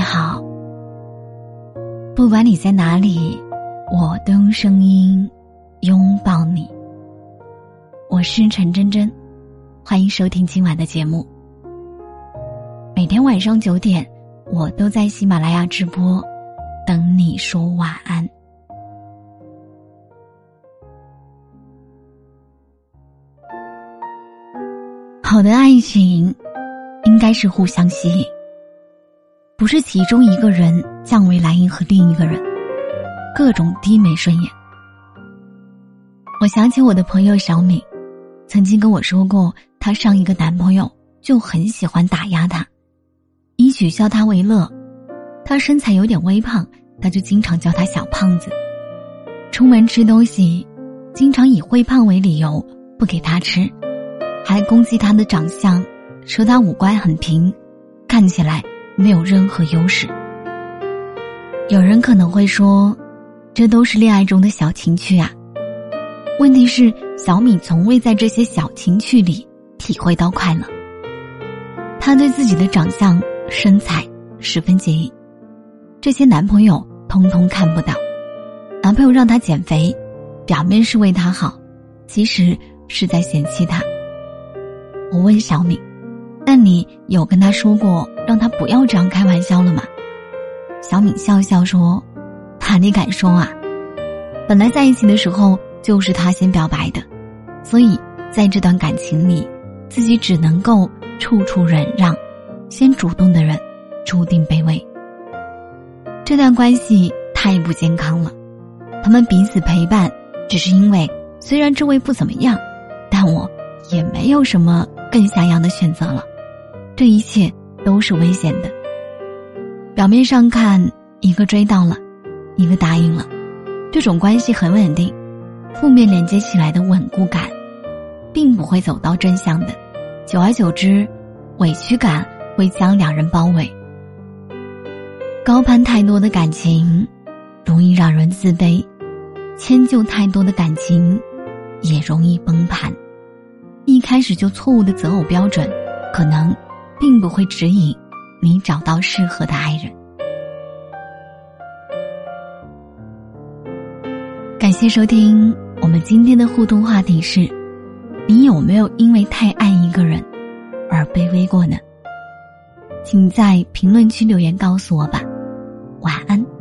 好，不管你在哪里，我都用声音拥抱你。我是陈真真，欢迎收听今晚的节目。每天晚上9点，我都在喜马拉雅直播，等你说晚安。好的爱情应该是互相吸引，不是其中一个人降维来迎和另一个人各种低眉顺眼。我想起我的朋友小敏曾经跟我说过，她上一个男朋友就很喜欢打压她，以取笑她为乐。她身材有点微胖，他就经常叫她小胖子。出门吃东西经常以会胖为理由不给她吃，还攻击她的长相，说她五官很平，看起来没有任何优势。有人可能会说，这都是恋爱中的小情趣啊。问题是，小米从未在这些小情趣里体会到快乐。她对自己的长相、身材十分介意，这些男朋友通通看不到。男朋友让她减肥，表面是为她好，其实是在嫌弃她。我问小敏，那你有跟他说过让他不要这样开玩笑了吗？小敏笑笑说，哪里敢说啊，本来在一起的时候就是他先表白的，所以在这段感情里自己只能够处处忍让，先主动的人注定卑微。这段关系太不健康了，他们彼此陪伴只是因为虽然这位不怎么样，但我也没有什么更像样的选择了，这一切都是危险的。表面上看，一个追到了，一个答应了，这种关系很稳定，负面连接起来的稳固感并不会走到真相的，久而久之，委屈感会将两人包围。高攀太多的感情容易让人自卑，迁就太多的感情也容易崩盘。一开始就错误的择偶标准，可能并不会指引你找到适合的爱人。感谢收听，我们今天的互动话题是：你有没有因为太爱一个人而卑微过呢？请在评论区留言告诉我吧。晚安。